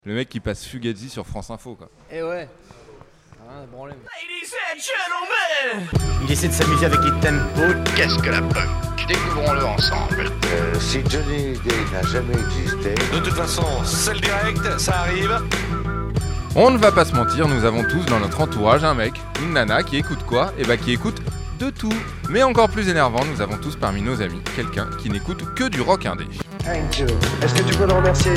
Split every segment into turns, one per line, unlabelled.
Le mec qui passe Fugazi sur France Info, quoi.
Eh ouais. Rien à branler.
Il essaie de s'amuser avec les tempos.
Qu'est-ce que la punk? Découvrons-le ensemble.
Si Johnny Day n'a jamais existé...
De toute façon, c'est le direct, ça arrive.
On ne va pas se mentir, nous avons tous dans notre entourage un mec, une nana qui écoute quoi? Et bah qui écoute de tout. Mais encore plus énervant, nous avons tous parmi nos amis quelqu'un qui n'écoute que du rock indé.
Thank you. Est-ce que tu peux le remercier?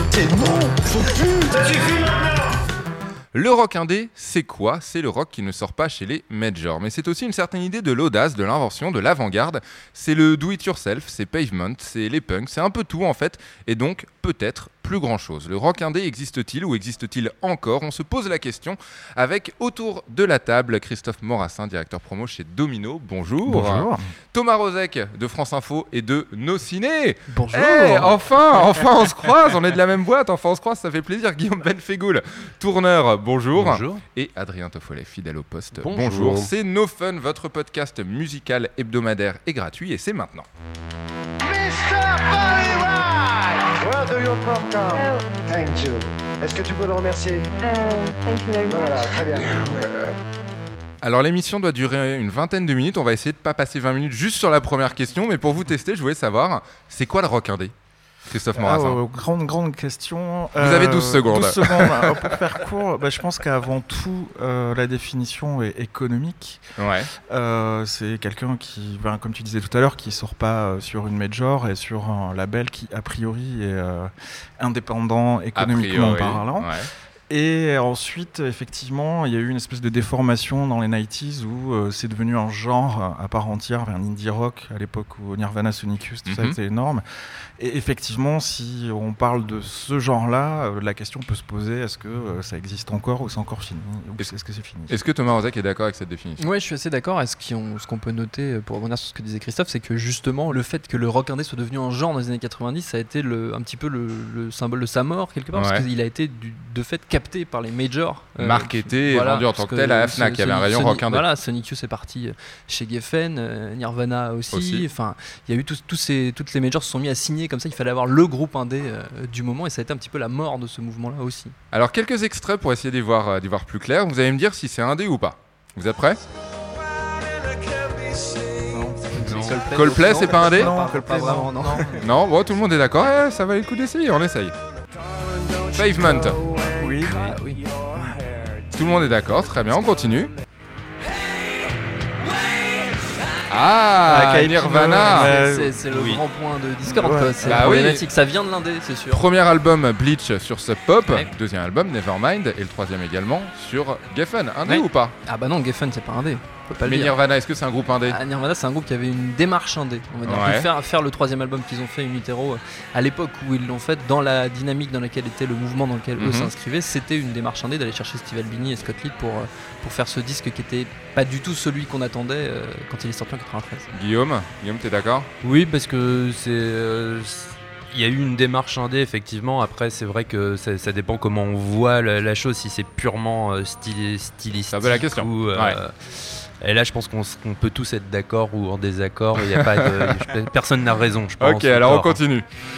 Le rock indé, c'est quoi? C'est le rock qui ne sort pas chez les majors. Mais c'est aussi une certaine idée de l'audace, de l'invention, de l'avant-garde. C'est le do-it-yourself, c'est Pavement, c'est les punks, c'est un peu tout en fait. Et donc, peut-être plus grand-chose. Le rock indé existe-t-il ou existe-t-il encore? On se pose la question avec, autour de la table, Christophe Morassin, directeur promo chez Domino. Bonjour.
Bonjour.
Thomas Rozek de France Info et de Nos Ciné.
Bonjour.
Hey, enfin on se croise, on est de la même boîte, enfin on se croise, ça fait plaisir. Guillaume Benfegoul, tourneur, bonjour.
Bonjour.
Et Adrien Toffolet, fidèle au poste,
Bonjour.
C'est No Fun, votre podcast musical hebdomadaire et gratuit, et c'est maintenant.
Where do you from? Thank you. Est-ce que tu peux le remercier?
Thank you very much.
Voilà, très bien.
Alors l'émission doit durer une vingtaine de minutes, on va essayer de pas passer 20 minutes juste sur la première question, mais pour vous tester, je voulais savoir, c'est quoi le rock indé? Christophe Morassin.
Grande question.
Vous avez 12 secondes.
12 secondes. Pour faire court, je pense qu'avant tout, la définition est économique.
Ouais.
C'est quelqu'un qui, comme tu disais tout à l'heure, qui sort pas sur une major et sur un label qui, a priori, est indépendant économiquement parlant.
Ouais.
Et ensuite, effectivement, il y a eu une espèce de déformation dans les 90s où c'est devenu un genre à part entière, un indie rock à l'époque où Nirvana, Sonic Youth, tout ça était énorme. Et effectivement, si on parle de ce genre-là, la question peut se poser, est-ce que ça existe encore ou c'est encore fini? Ou est-ce que c'est fini?
Est-ce que Thomas Rozek est d'accord avec cette définition?
Ouais, je suis assez d'accord. Ce qu'on peut noter, pour revenir sur ce que disait Christophe, c'est que justement, le fait que le rock indé soit devenu un genre dans les années 90, ça a été un petit peu le symbole de sa mort, quelque part, parce qu'il a été de fait capté par les majors.
Marketé et vendu en tant que tel à la Fnac, il y avait un rayon rock indé.
Voilà, Sonic Youth est parti chez Geffen, Nirvana aussi. Enfin, il y a eu toutes les majors se sont mis à signer comme ça, il fallait avoir le groupe indé du moment, et ça a été un petit peu la mort de ce mouvement-là aussi.
Alors quelques extraits pour essayer d'y voir plus clair. Vous allez me dire si c'est indé ou pas. Vous êtes prêts? Coldplay, c'est pas indé?
Non,
Pas vraiment, non.
Non, bon, tout le monde est d'accord. Ça valait le coup d'essayer, on essaye. Pavement.
Oui.
Oui.
Tout le monde est d'accord, très bien, on continue. Ah, Nirvana.
C'est le grand point de Discord,
Ouais.
quoi. C'est
Bah
problématique. Ça vient de l'indé, c'est sûr.
Premier album Bleach sur Sub Pop,
Ouais.
deuxième album Nevermind, et le troisième également sur Geffen. Indé
Ouais.
ou pas?
Ah bah non, Geffen, c'est pas indé. On peut pas le
Mais
dire.
Nirvana, est-ce que c'est un groupe indé?
Ah, Nirvana, c'est un groupe qui avait une démarche indé, on va dire.
Ouais.
De faire le troisième album qu'ils ont fait, In Utero, à l'époque où ils l'ont fait, dans la dynamique dans laquelle était le mouvement dans lequel eux s'inscrivaient, c'était une démarche indé d'aller chercher Steve Albini et Scott Litt pour faire ce disque qui était pas du tout celui qu'on attendait quand il est sorti en 93.
Guillaume, t'es d'accord?
Oui, parce que il y a eu une démarche indé, effectivement. Après, c'est vrai que ça dépend comment on voit la chose, si c'est purement stylistique.
C'est un peu la question.
Ou,
Ouais.
Et là, je pense qu'on peut tous être d'accord ou en désaccord. Il y a pas personne n'a raison, je pense.
Ok, alors on continue.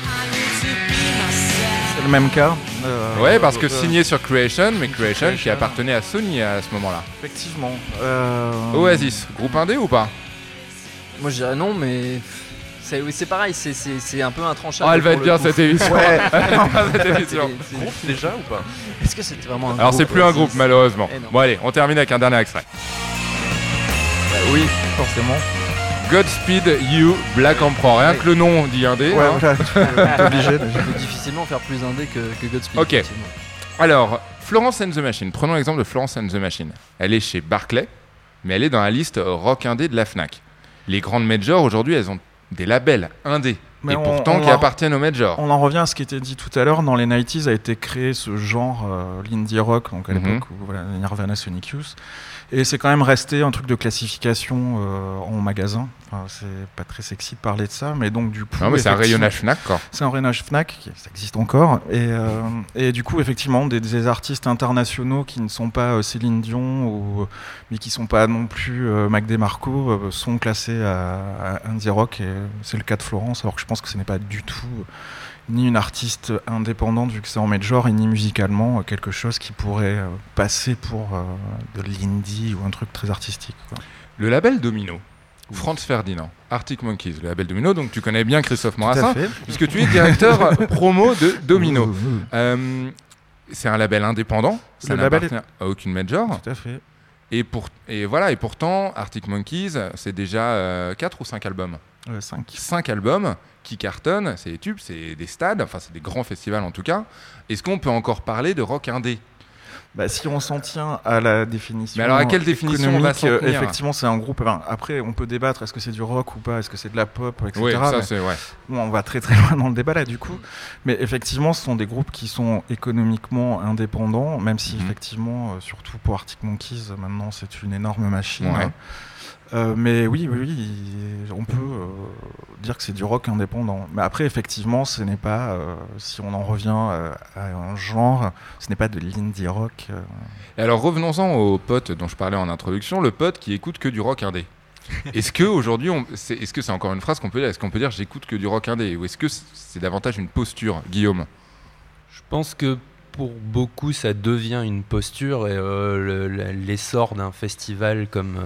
C'est le même cas.
Ouais, parce que signé sur Creation, mais Creation qui appartenait à Sony à ce moment-là.
Effectivement.
Oasis, groupe indé ou pas?
Moi je dirais non, mais c'est pareil, c'est un peu intranchable.
Oh, elle va
pour
être
le
bien
coup.
cette émission.
Ouais.
Cette émission.
Groupe déjà ou pas?
Est-ce que c'était vraiment un
Alors
groupe?
c'est plus un groupe malheureusement.
Eh non.
Bon allez, on termine avec un dernier extrait.
Oui, forcément.
Godspeed You, Black Emperor. Rien que le nom dit indé.
Ouais,
hein.
voilà, t'es obligé.
On peut difficilement faire plus indé que Godspeed.
Ok.
effectivement.
Alors, Florence and the Machine. Prenons l'exemple de Florence and the Machine. Elle est chez Barclay, mais elle est dans la liste rock indé de la Fnac. Les grandes majors aujourd'hui, elles ont des labels indés.
Mais
et pourtant qui appartiennent aux majors.
On en revient à ce qui était dit tout à l'heure. Dans les 90s a été créé ce genre, l'indie rock, donc à l'époque où Nirvana, Sonic Youth. Et c'est quand même resté un truc de classification en magasin. Enfin, c'est pas très sexy de parler de ça, mais donc du coup...
Non mais c'est un rayonnage Fnac quoi.
C'est un rayonnage Fnac, ça existe encore. Et du coup, effectivement, des artistes internationaux qui ne sont pas Céline Dion, mais qui ne sont pas non plus Mac DeMarco, sont classés à indie rock. Et c'est le cas de Florence, alors que je pense que ce n'est pas du tout ni une artiste indépendante vu que c'est en major, et ni musicalement quelque chose qui pourrait passer pour de l'indie ou un truc très artistique, quoi.
Le label Domino, Franz Ferdinand, Arctic Monkeys, le label Domino, donc tu connais bien Christophe Morassin, puisque tu es directeur promo de Domino. C'est un label indépendant, ça n'appartient à aucune major.
Tout à fait.
Et pourtant, Arctic Monkeys, c'est déjà 4 ou 5 albums.
5.
5 albums qui cartonnent, c'est des tubes, c'est des stades, enfin c'est des grands festivals en tout cas. Est-ce qu'on peut encore parler de rock indé ?
Si on s'en tient à la définition.
Mais alors à quelle définition on va s'en tenir ?
Effectivement, c'est un groupe. Après, on peut débattre. Est-ce que c'est du rock ou pas ? Est-ce que c'est de la pop, etc.
Oui, ça c'est ouais.
Bon, on va très très loin dans le débat là, du coup. Mais effectivement, ce sont des groupes qui sont économiquement indépendants, même si effectivement, surtout pour Arctic Monkeys, maintenant c'est une énorme machine.
Ouais.
Mais oui, on peut dire que c'est du rock indépendant. Mais après, effectivement, ce n'est pas, si on en revient à un genre, ce n'est pas de l'indie rock.
Et alors revenons-en au pote dont je parlais en introduction, le pote qui écoute que du rock indé. Est-ce que aujourd'hui, est-ce que c'est encore une phrase qu'on peut dire ? Est-ce qu'on peut dire j'écoute que du rock indé ? Ou est-ce que c'est davantage une posture, Guillaume ?
Je pense que pour beaucoup, ça devient une posture et l'essor d'un festival comme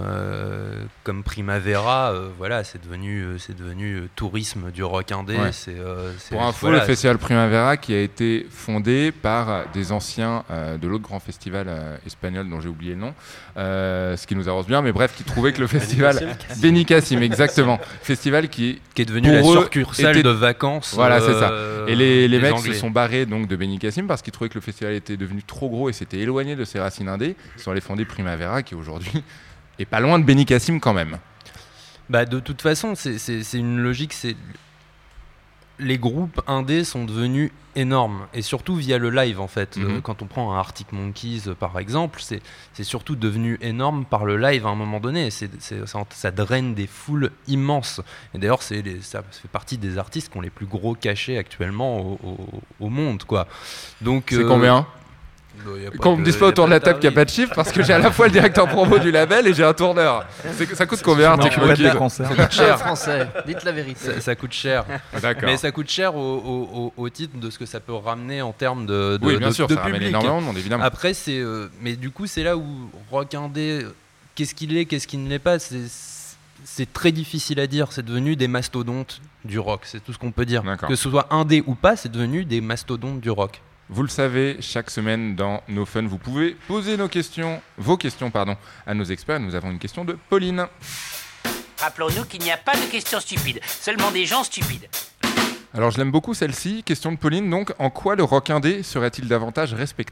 Primavera, voilà, c'est devenu tourisme du rock indé.
Ouais. Pour info, voilà, le festival Primavera qui a été fondé par des anciens de l'autre grand festival espagnol dont j'ai oublié le nom, ce qui nous arrose bien, mais bref, qui trouvaient que le festival Benicassim, exactement, festival qui
est devenu la succursale de vacances.
Voilà, c'est ça. Et les mecs
Anglais
se sont barrés donc de Benicassim parce qu'ils trouvaient que le festival était devenu trop gros et s'était éloigné de ses racines indées. Ils sont allés fonder Primavera qui aujourd'hui est pas loin de Benicassim quand même.
De toute façon, c'est une logique. Les groupes indés sont devenus énormes et surtout via le live en fait. Quand on prend un Arctic Monkeys par exemple, c'est surtout devenu énorme par le live à un moment donné. Ça draine des foules immenses. Et d'ailleurs, ça fait partie des artistes qui ont les plus gros cachets actuellement au monde, quoi. Donc,
c'est combien ? Qu'on me dise pas autour de la table qu'il n'y a pas de chiffre, parce que j'ai à la fois le directeur promo du label et j'ai un tourneur. Ça coûte combien, Arctic Monkeys ?
Ça coûte cher, français. Dites la vérité.
Ça coûte cher.
D'accord.
Mais ça coûte cher au titre de ce que ça peut ramener en termes de
oui, bien sûr,
de
ça
public.
ramène énormément de monde, évidemment.
Après, mais du coup, c'est là où rock indé, qu'est-ce qu'il est, qu'est-ce qu'il ne l'est pas, c'est très difficile à dire. C'est devenu des mastodontes du rock. C'est tout ce qu'on peut dire.
D'accord.
Que ce soit indé ou pas, c'est devenu des mastodontes du rock.
Vous le savez, chaque semaine dans No Fun, vous pouvez poser vos questions, à nos experts. Nous avons une question de Pauline.
Rappelons-nous qu'il n'y a pas de questions stupides, seulement des gens stupides.
Alors je l'aime beaucoup celle-ci, question de Pauline. Donc, en quoi le rock indé serait-il davantage respectable ?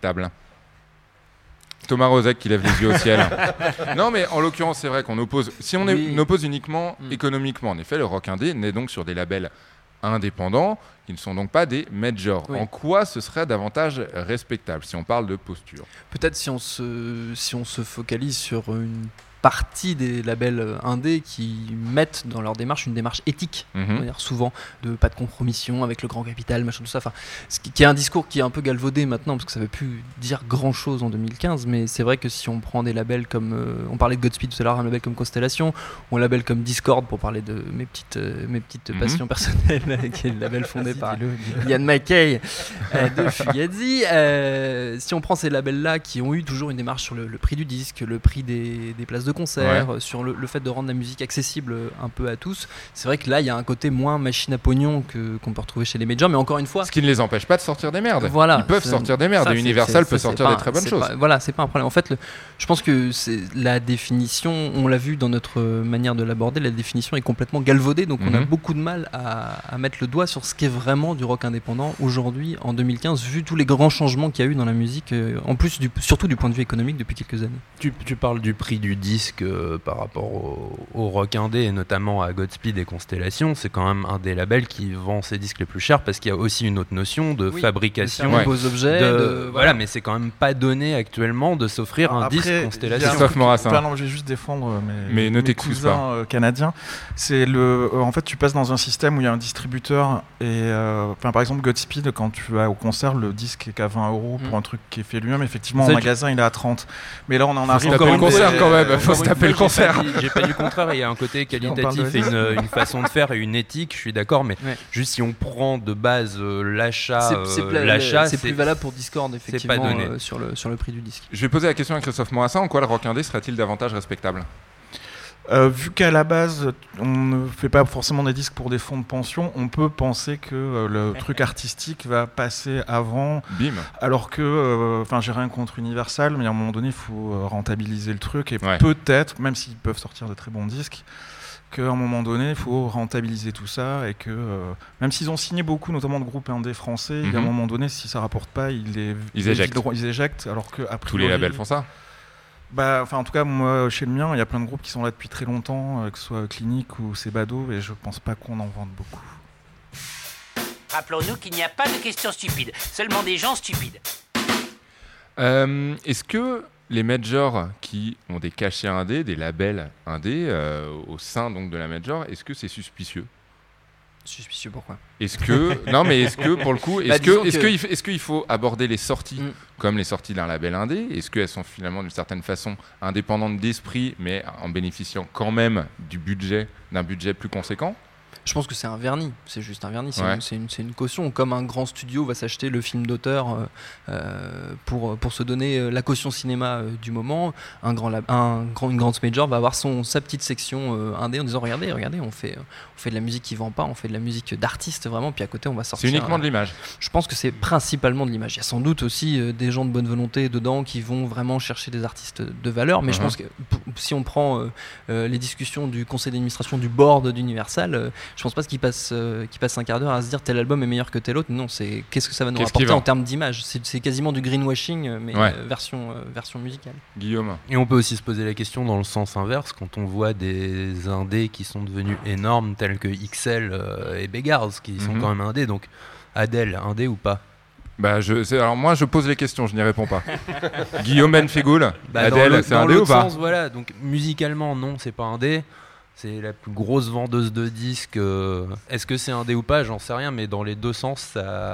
Thomas Rozek qui lève les yeux au ciel. Non, mais en l'occurrence, c'est vrai qu'on oppose. Si on oppose uniquement économiquement, en effet, le rock indé naît donc sur des labels indépendants qui ne sont donc pas des majors. Oui. En quoi ce serait davantage respectable si on parle de posture ?
Peut-être si on se focalise sur une partie des labels indés qui mettent dans leur démarche une démarche éthique, on va dire souvent, de pas de compromission avec le grand capital, machin, tout ça. Enfin, ce qui est un discours qui est un peu galvaudé maintenant parce que ça ne veut plus dire grand-chose en 2015, mais c'est vrai que si on prend des labels comme, on parlait de Godspeed tout à l'heure, un label comme Constellation, ou un label comme Discord pour parler de mes petites passions personnelles, qui est le label fondé par Ian MacKaye de Fugazi. Si on prend ces labels-là qui ont eu toujours une démarche sur le prix du disque, le prix des places de concert, sur le fait de rendre la musique accessible un peu à tous. C'est vrai que là, il y a un côté moins machine à pognon qu'on peut retrouver chez les majors, mais encore une fois...
Ce qui ne les empêche pas de sortir des merdes.
Voilà,
ils peuvent sortir des merdes, et Universal peut sortir des très bonnes choses.
Voilà, c'est pas un problème. En fait, je pense que c'est la définition, on l'a vu dans notre manière de l'aborder, la définition est complètement galvaudée, donc on a beaucoup de mal à mettre le doigt sur ce qu'est vraiment du rock indépendant aujourd'hui, en 2015, vu tous les grands changements qu'il y a eu dans la musique, en plus, surtout du point de vue économique depuis quelques années.
Tu parles du prix du disque par rapport au rock indé et notamment à Godspeed et Constellation, c'est quand même un des labels qui vend ses disques les plus chers parce qu'il y a aussi une autre notion de fabrication
de beaux objets,
voilà, mais c'est quand même pas donné actuellement de s'offrir un disque Constellation.
Sauf Morassin.
Pardon, je vais juste défendre
mais ne
mes cousins canadiens. C'est en fait, tu passes dans un système où il y a un distributeur et par exemple Godspeed, quand tu vas au concert, le disque est qu'à 20 € pour un truc qui est fait lui-même. Effectivement, en magasin, il est à 30. Mais là, on en arrive
encore une concert quand même. faut se taper le concert.
J'ai pas dit le contraire, il y a un côté qualitatif et une façon de faire et une éthique, je suis d'accord, mais juste si on prend de base l'achat,
c'est plus valable pour Discord, effectivement, sur le prix du disque.
Je vais poser la question à Christophe Morassin, en quoi le rock indé serait-il davantage respectable ?
Vu qu'à la base, on ne fait pas forcément des disques pour des fonds de pension, on peut penser que le truc artistique va passer avant.
Bim.
Alors que, j'ai rien contre Universal, mais à un moment donné, il faut rentabiliser le truc. Et peut-être, même s'ils peuvent sortir de très bons disques, qu'à un moment donné, il faut rentabiliser tout ça. Et que, même s'ils ont signé beaucoup, notamment de groupes indés français, il y a un moment donné, si ça ne rapporte pas, ils éjectent. Alors que,
tous les labels font ça.
En tout cas, moi, chez le mien, il y a plein de groupes qui sont là depuis très longtemps, que ce soit Clinique ou Sebado, et je pense pas qu'on en vende beaucoup.
Rappelons-nous qu'il n'y a pas de questions stupides, seulement des gens stupides.
Est-ce que les majors qui ont des cachets indés, des labels indés, au sein donc de la major, est-ce que c'est suspicieux ?
Suspicieux pourquoi ?
Est-ce que pour le coup, est-ce qu'il faut aborder les sorties comme les sorties d'un label indé ? Est-ce qu'elles sont finalement d'une certaine façon indépendantes d'esprit, mais en bénéficiant quand même d'un budget plus conséquent ?
Je pense que c'est un vernis, c'est juste un vernis, c'est une caution. Comme un grand studio va s'acheter le film d'auteur pour se donner la caution cinéma du moment, une grande major va avoir sa petite section indé en disant regardez, on fait de la musique qui vend pas, on fait de la musique d'artiste vraiment, puis à côté on va sortir.
C'est uniquement de l'image. Je
pense que c'est principalement de l'image. Il y a sans doute aussi des gens de bonne volonté dedans qui vont vraiment chercher des artistes de valeur, mais je pense que si on prend les discussions du conseil d'administration du board d'Universal, je pense pas qu'ils passent un quart d'heure à se dire tel album est meilleur que tel autre. Non, c'est qu'est-ce que ça va nous rapporter en termes d'image. C'est quasiment du greenwashing, mais version musicale.
Guillaume.
Et on peut aussi se poser la question dans le sens inverse, quand on voit des indés qui sont devenus énormes, tels que XL et Beggars, qui sont quand même indés. Donc Adèle, indé ou pas ?
Alors moi je pose les questions, je n'y réponds pas. Guillaume Benfegoul, Adèle, c'est indé ou pas ?
Sens, voilà. Donc musicalement, non, c'est pas indé. C'est la plus grosse vendeuse de disques. Est-ce que c'est indé ou pas ? J'en sais rien, mais dans les deux sens,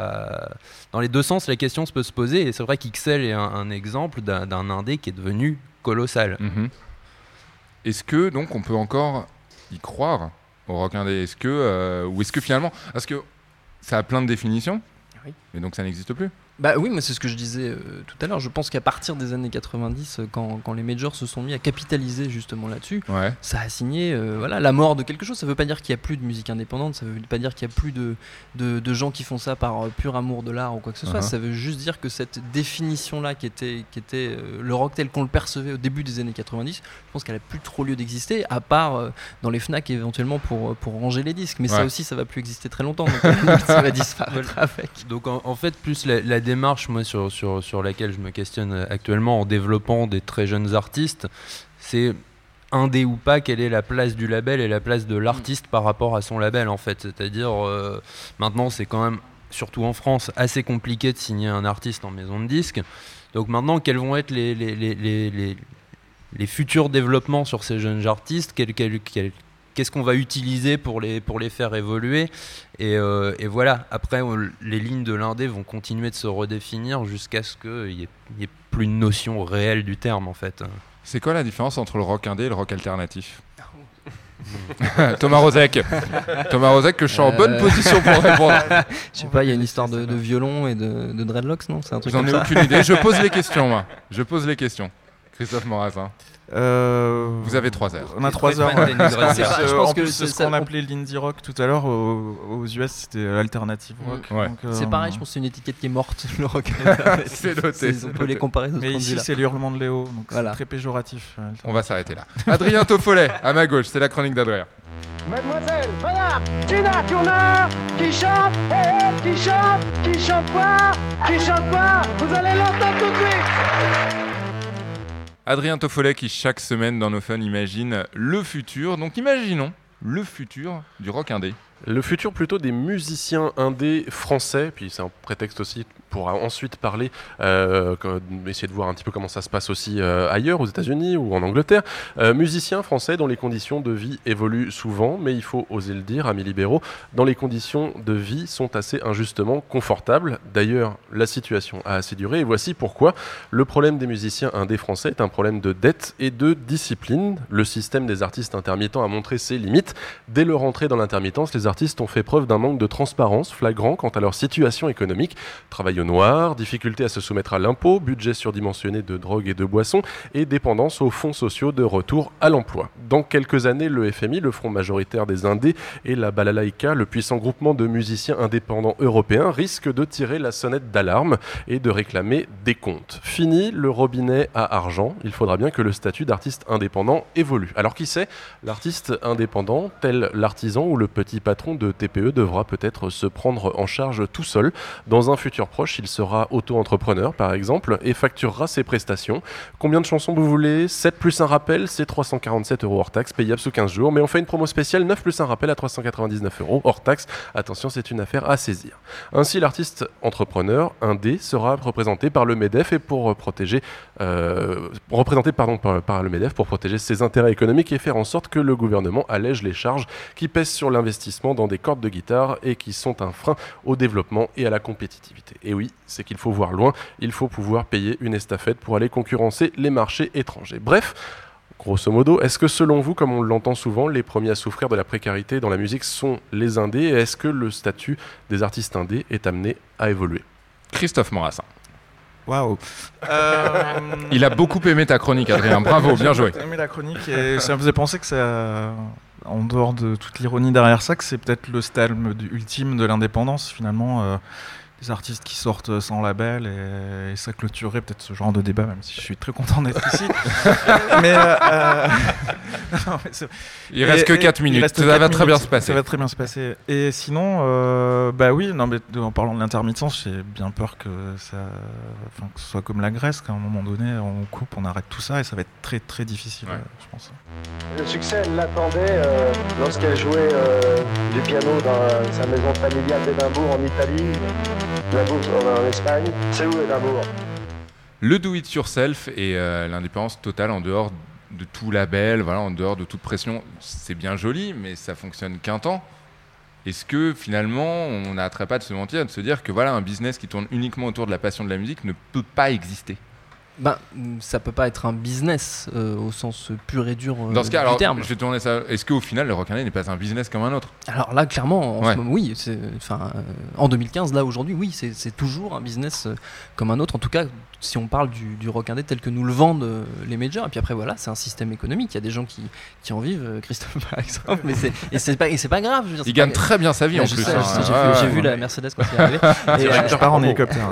la question se peut se poser. Et c'est vrai qu'XL est un exemple d'un indé qui est devenu colossal.
Est-ce que donc on peut encore y croire au rock indé ? Ou est-ce que finalement, parce que ça a plein de définitions, mais donc ça n'existe plus ?
Oui, mais c'est ce que je disais tout à l'heure. Je pense qu'à partir des années 90, quand les majors se sont mis à capitaliser justement là-dessus, ça a signé la mort de quelque chose. Ça ne veut pas dire qu'il n'y a plus de musique indépendante, ça ne veut pas dire qu'il n'y a plus de gens qui font ça par pur amour de l'art ou quoi que ce soit. Ça veut juste dire que cette définition-là qui était le rock tel qu'on le percevait au début des années 90, je pense qu'elle n'a plus trop lieu d'exister, à part dans les FNAC éventuellement pour ranger les disques. Mais ça aussi, ça ne va plus exister très longtemps, donc ça va disparaître avec.
Donc en fait, plus la démarche moi sur laquelle je me questionne actuellement en développant des très jeunes artistes, c'est indé ou pas, quelle est la place du label et la place de l'artiste par rapport à son label en fait. C'est-à-dire maintenant c'est quand même, surtout en France, assez compliqué de signer un artiste en maison de disques. Donc maintenant quels vont être les futurs développements sur ces jeunes artistes, qu'est-ce qu'on va utiliser pour les faire évoluer et voilà, après les lignes de l'indé vont continuer de se redéfinir jusqu'à ce qu'il n'y ait plus une notion réelle du terme en fait.
C'est quoi la différence entre le rock indé et le rock alternatif ? Thomas Rozek que je suis en bonne position pour répondre.
Je sais pas, il y a une histoire de violon et de dreadlocks, non ? C'est un truc comme ça.
J'en ai aucune idée, je pose les questions. Christophe Morassin. Vous avez 3 heures.
On a 3 heures.
Je pense que
c'est ce qu'on appelait l'indie rock tout à l'heure. Aux US, c'était alternative rock.
Donc, c'est pareil, je pense que c'est une étiquette qui est morte, le rock.
C'est noté.
On peut les comparer.
Mais ici, c'est l'hurlement de Léo. Donc c'est très péjoratif.
On va s'arrêter là. Adrien Toffolet, à ma gauche, c'est la chronique d'Adrien.
Mademoiselle, madame, Tina Turner, qui chante quoi ? Vous allez l'entendre tout de suite.
Adrien Toffolet qui chaque semaine dans nos fun imagine le futur. Donc imaginons le futur du rock indé.
Le futur plutôt des musiciens indés français, puis c'est un prétexte aussi pour ensuite parler, essayer de voir un petit peu comment ça se passe aussi ailleurs, aux États-Unis ou en Angleterre. Musiciens français dont les conditions de vie évoluent souvent, mais il faut oser le dire, amis libéraux, dont les conditions de vie sont assez injustement confortables. D'ailleurs, la situation a assez duré, et voici pourquoi. Le problème des musiciens indés français est un problème de dette et de discipline. Le système des artistes intermittents a montré ses limites. Dès leur entrée dans l'intermittence, les artistes ont fait preuve d'un manque de transparence flagrant quant à leur situation économique. Travail au noir, difficulté à se soumettre à l'impôt, budget surdimensionné de drogue et de boissons et dépendance aux fonds sociaux de retour à l'emploi. Dans quelques années, le FMI, le Front majoritaire des Indés, et la Balalaïka, le puissant groupement de musiciens indépendants européens, risquent de tirer la sonnette d'alarme et de réclamer des comptes. Fini le robinet à argent, il faudra bien que le statut d'artiste indépendant évolue. Alors qui sait, l'artiste indépendant, tel l'artisan ou le petit patron de TPE, devra peut-être se prendre en charge tout seul. Dans un futur proche, il sera auto-entrepreneur par exemple et facturera ses prestations. Combien de chansons vous voulez ? 7 plus un rappel, c'est 347 € hors taxe, payable sous 15 jours. Mais on fait une promo spéciale 9 plus un rappel à 399 € hors taxe. Attention, c'est une affaire à saisir. Ainsi, l'artiste entrepreneur indé sera représenté par le MEDEF et pour protéger par le MEDEF pour protéger ses intérêts économiques et faire en sorte que le gouvernement allège les charges qui pèsent sur l'investissement dans des cordes de guitare et qui sont un frein au développement et à la compétitivité. Et oui, c'est qu'il faut voir loin, il faut pouvoir payer une estafette pour aller concurrencer les marchés étrangers. Bref, grosso modo, est-ce que selon vous, comme on l'entend souvent, les premiers à souffrir de la précarité dans la musique sont les indés et est-ce que le statut des artistes indés est amené à évoluer ?
Christophe Morassin.
Waouh.
Il a beaucoup aimé ta chronique, Adrien. Bravo, bien joué.
J'ai aimé la chronique et ça me faisait penser que ça, en dehors de toute l'ironie derrière ça, que c'est peut-être le stade ultime de l'indépendance finalement. Des artistes qui sortent sans label et ça clôturerait peut-être ce genre de débat, même si je suis très content d'être ici. Non,
il reste que 4 minutes, ça va très bien se passer.
Ça va très bien se passer. Et sinon, oui, non, mais en parlant de l'intermittence, j'ai bien peur que ce soit comme la Grèce, qu'à un moment donné, on coupe, on arrête tout ça et ça va être très très difficile, je pense.
Le succès, elle l'attendait lorsqu'elle jouait du piano dans sa maison familiale d'Édimbourg en Italie. En Espagne, c'est où Édimbourg ?
Le do it yourself et l'indépendance totale en dehors de tout label, voilà, en dehors de toute pression, c'est bien joli, mais ça fonctionne qu'un temps. Est-ce que finalement, on n'arrêterait pas de se mentir et de se dire que voilà, un business qui tourne uniquement autour de la passion de la musique ne peut pas exister ?
Ça peut pas être un business au sens pur et dur
dans ce cas,
du terme.
Je vais tourner ça. Est-ce qu'au final, le rock indé n'est pas un business comme un autre ?
Alors là, clairement, en ce moment, oui. En 2015, là, aujourd'hui, oui, c'est toujours un business comme un autre. En tout cas, si on parle du rock indé tel que nous le vendent les majors. Et puis après, voilà, c'est un système économique. Il y a des gens qui en vivent, Christophe par exemple. Mais c'est pas grave. Je veux dire,
il gagne très bien sa vie en plus.
J'ai vu la Mercedes quand il est arrivé.
Je pars en hélicoptère.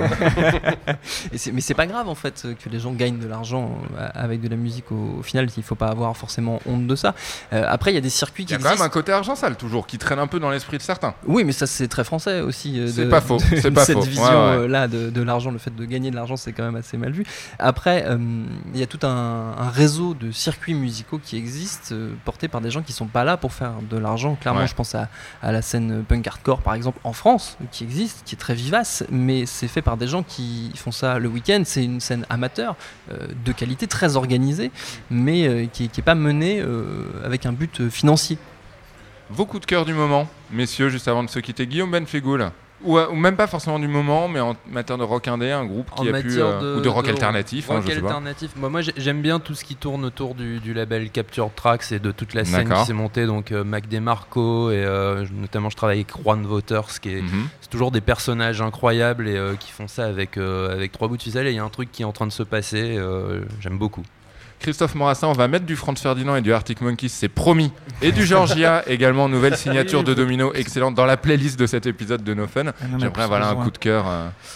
Mais c'est pas grave en fait que les gens gagnent de l'argent avec de la musique. Au final, il faut pas avoir forcément honte de ça. Après, il y a des circuits qui existent.
Il y a quand même un côté argent sale toujours qui traîne un peu dans l'esprit de certains.
Oui, mais ça c'est très français aussi.
C'est pas faux.
Cette vision là de l'argent, le fait de gagner de l'argent, c'est quand même assez mal vu. Après, il y a tout un réseau de circuits musicaux qui existent, portés par des gens qui sont pas là pour faire de l'argent. Clairement, je pense à la scène punk hardcore par exemple en France, qui existe, qui est très vivace, mais c'est fait par des gens qui font ça le week-end. C'est une scène amateur de qualité, très organisée, mais qui est pas menée avec un but financier.
Vos coups de cœur du moment, messieurs, juste avant de se quitter. Guillaume Benfegoul. Ou même pas forcément du moment, mais en matière de rock indé, un groupe qui a pu... ou de rock alternatif,
rock
je sais pas.
Moi j'aime bien tout ce qui tourne autour du label Capture Tracks et de toute la scène qui s'est montée, donc Mac DeMarco, et notamment je travaille avec Juan Wouters, c'est toujours des personnages incroyables et qui font ça avec 3 bouts de ficelle, et il y a un truc qui est en train de se passer, j'aime beaucoup.
Christophe Morassin, on va mettre du Franz Ferdinand et du Arctic Monkeys, c'est promis. Et du Georgia, également, nouvelle signature de Domino, excellente, dans la playlist de cet épisode de No Fun. J'aimerais un coup de cœur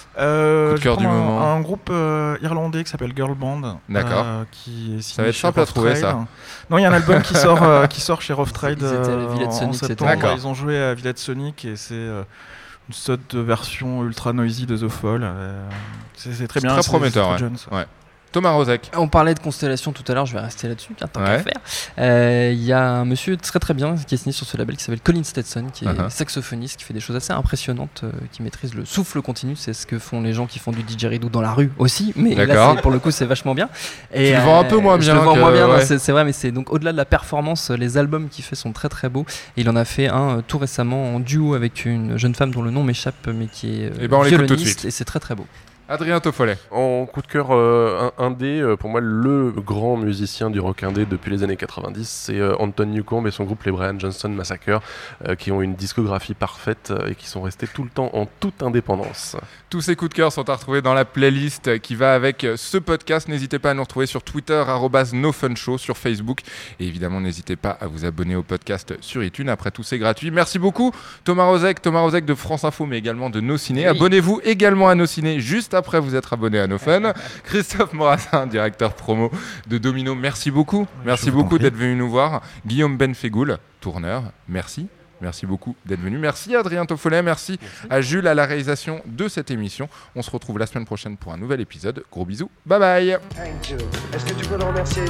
du moment.
Un groupe irlandais qui s'appelle Girl Band.
D'accord.
Qui est
ça va être simple à trouver, ça.
Non, il y a un album qui sort chez Rough Trade en septembre. Ils ont joué à Villette Sonic et c'est... une sorte de version ultra noisy de The Fall. C'est très bien.
Très prometteur,
Jones.
Ouais. Thomas Rozek.
On parlait de constellation tout à l'heure, je vais rester là-dessus, tant qu'à faire. Il y a un monsieur très très bien qui est signé sur ce label qui s'appelle Colin Stetson, qui est saxophoniste, qui fait des choses assez impressionnantes, qui maîtrise le souffle continu. C'est ce que font les gens qui font du didgeridoo dans la rue aussi, mais là, pour le coup, c'est vachement bien. Et,
tu le vends un peu moins bien.
Je le vends moins bien, non, c'est vrai, mais c'est donc au-delà de la performance, les albums qu'il fait sont très très beaux. Et il en a fait un tout récemment en duo avec une jeune femme dont le nom m'échappe, mais qui est violoniste, et c'est très très beau.
Adrien Toffolet.
En coup de cœur indé, pour moi le grand musicien du rock indé depuis les années 90, c'est Anton Newcombe et son groupe les Brian Johnson Massacre, qui ont une discographie parfaite et qui sont restés tout le temps en toute indépendance.
Tous ces coups de cœur sont à retrouver dans la playlist qui va avec ce podcast. N'hésitez pas à nous retrouver sur Twitter @nofunshow, sur Facebook, et évidemment n'hésitez pas à vous abonner au podcast sur iTunes. Après tout, c'est gratuit. Merci beaucoup Thomas Rozek de France Info, mais également de Nos Ciné. Oui. Abonnez-vous également à Nos Ciné juste après vous être abonné à No Fun. Christophe Morassin, directeur promo de Domino, merci beaucoup. Merci beaucoup d'être venu nous voir. Guillaume Benfegoul, tourneur, merci. Merci beaucoup d'être venu. Merci Adrien Toffolet, merci à Jules à la réalisation de cette émission. On se retrouve la semaine prochaine pour un nouvel épisode. Gros bisous, bye bye.
Thank you. Est-ce que tu peux le remercier?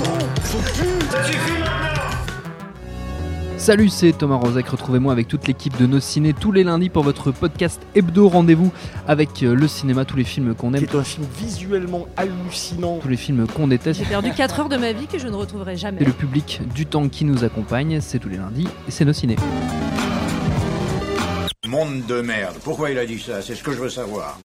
Salut, c'est Thomas Rozek. Retrouvez-moi avec toute l'équipe de Nos Ciné tous les lundis pour votre podcast hebdo. Rendez-vous avec le cinéma, tous les films qu'on aime.
C'est un film visuellement hallucinant.
Tous les films qu'on déteste.
J'ai perdu 4 heures de ma vie que je ne retrouverai jamais.
Et le public du temps qui nous accompagne, c'est tous les lundis et c'est Nos Ciné.
Monde de merde. Pourquoi il a dit ça? C'est ce que je veux savoir.